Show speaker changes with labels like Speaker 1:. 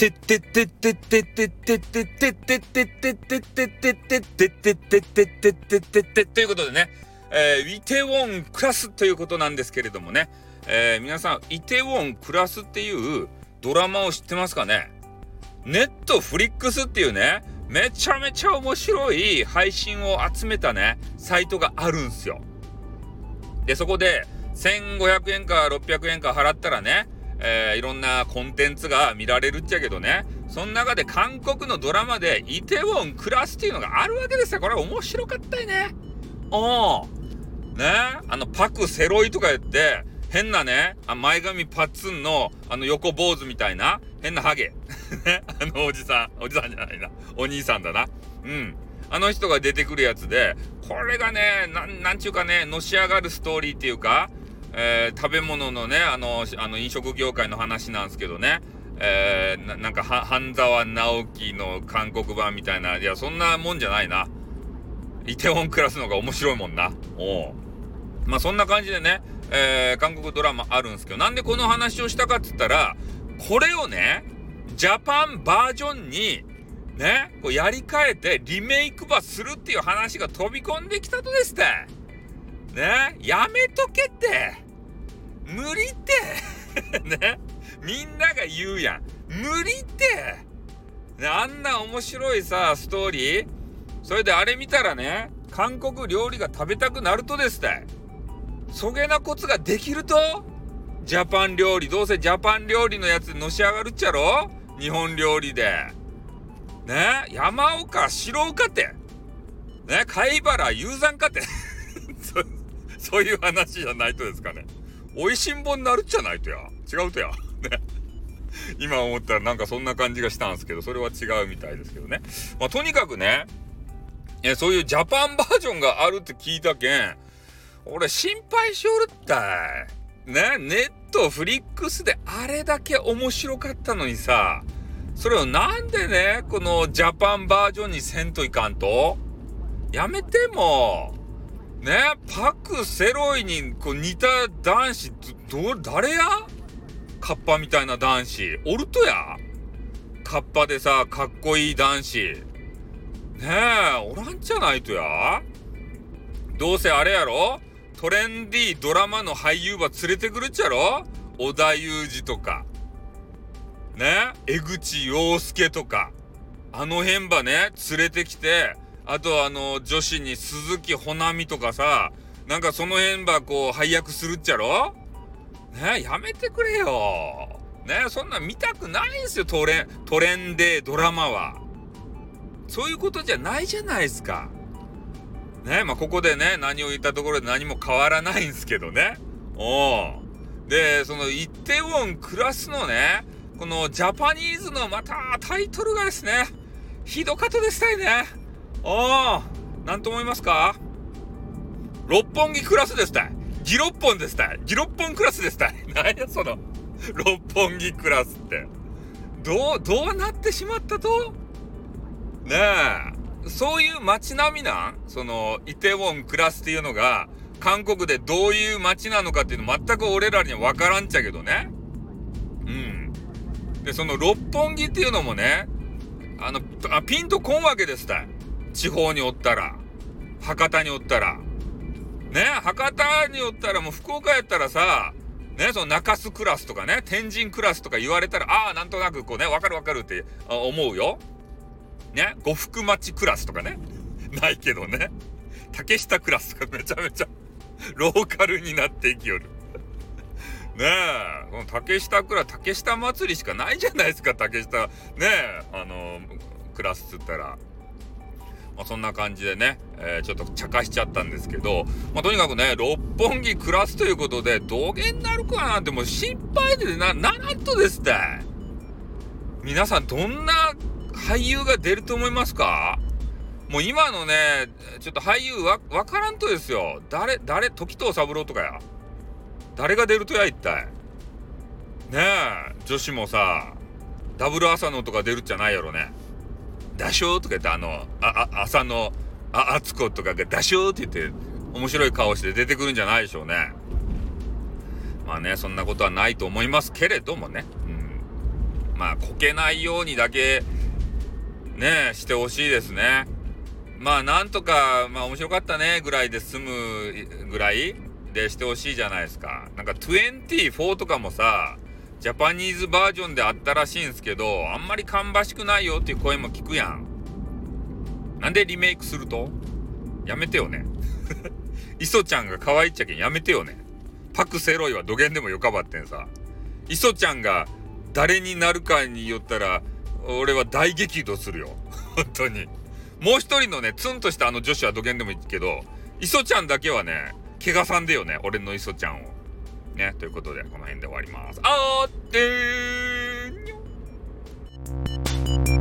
Speaker 1: てってってってってってってってってってってってってってってってってってってということでね、イテウォンクラスということなんですけれどもね、皆さんイテウォンクラスっていうドラマを知ってますかね。ネットフリックスっていうね、めちゃめちゃ面白い配信を集めたねサイトがあるんすよ。でそこで1500円か600円か払ったらね、いろんなコンテンツが見られるっちゃけどね、その中で韓国のドラマでイテウォンクラスっていうのがあるわけですよ。これ面白かったよね。パクセロイとか言って変なね、前髪パッツンの横坊主みたいな変なハゲね、おじさんじゃないな、お兄さんだな。あの人が出てくるやつで、これがね、なんちゅうかね、のし上がるストーリーっていうか、食べ物のね、飲食業界の話なんですけどね、なんか半沢直樹の韓国版みたいな、いやそんなもんじゃないな。イテウォンクラスの方が面白いもんな。まあそんな感じでね、韓国ドラマあるんですけど、なんでこの話をしたかっつったら、これをねジャパンバージョンにねこうやり替えてリメイク版するっていう話が飛び込んできたとですってね。やめとけって無理ってね、みんなが言うやん、無理ってね、あんな面白いさストーリー、それであれ見たらね、韓国料理が食べたくなるとですってそげなコツができると、ジャパン料理、どうせジャパン料理のやつのし上がるっちゃろ、日本料理でね、山岡白岡ってね、貝原雄山かってそういう話じゃないとですかね。おいしんぼになるっちゃないとや、違うとやね今思ったらなんかそんな感じがしたんですけど、それは違うみたいですけどね。まあとにかくね、そういうジャパンバージョンがあるって聞いたけん、俺心配しおるったいね。ネットフリックスであれだけ面白かったのにさ、それをなんでねこのジャパンバージョンにせんといかんと。やめてもね、パクセロイにこう似た男子誰や、カッパみたいな男子おるとや。カッパでさかっこいい男子ねおらんじゃないとや。どうせあれやろ、トレンディードラマの俳優ば連れてくるっちゃろ、織田裕二とかね、江口洋介とかあの辺ばね連れてきて、あと女子に鈴木保奈美とかさ、なんかその辺ばこう配役するっちゃろね。やめてくれよね、そんなん見たくないんすよ。トレンデードラマはそういうことじゃないじゃないですかね。まあここでね何を言ったところで何も変わらないんすけどね。でそのイテウォンクラスのねこのジャパニーズのまたタイトルがですね、ひどかったですたいね。なんと思いますか。六本木クラスですたい、ギロッポンですたい、ギロッポンクラスですたい。何やその六本木クラスって、どうなってしまったとねえ。そういう街並みなん、そのイテウォンクラスっていうのが韓国でどういう街なのかっていうの全く俺らには分からんちゃけどね。でその六本木っていうのもね、ピンとこんわけですたい。地方におったら、博多におったらね、博多におったらもう福岡やったらさね、その中洲クラスとかね天神クラスとか言われたらなんとなくこうね、わかるって思うよね。呉服町クラスとかねないけどね、竹下クラスとかめちゃめちゃローカルになっていきよるねえ。この竹下祭りしかないじゃないですか、竹下ねクラスつったら。そんな感じでね、ちょっと茶化しちゃったんですけど、とにかくね六本木クラスということでどげになるかなんてもう心配でならんとですって。皆さんどんな俳優が出ると思いますか。もう今のねちょっと俳優わからんとですよ。誰時藤三郎とかや、誰が出るとや一体ねえ。女子もさダブル浅野とか出るっちゃないやろね。ダショーとか言って浅野敦子とかがダショーって言って面白い顔して出てくるんじゃないでしょうね。まあねそんなことはないと思いますけれどもね。 まあこけないようにだけねしてほしいですね。まあなんとかまあ面白かったねぐらいで済むぐらいでしてほしいじゃないですか。なんか24とかもさジャパニーズバージョンであったらしいんですけど、あんまり芳しくないよっていう声も聞くやん。なんでリメイクするとやめてよね。磯ちゃんが可愛いっちゃけんやめてよね。パクセロイはどげんでもよかばってんさ。磯ちゃんが誰になるかによったら俺は大激怒するよ。本当に。もう一人のねツンとした女子はどげんでもいいけど、磯ちゃんだけはね怪我さんでよね、俺の磯ちゃんをね。ということでこの辺で終わります。あーってーにょ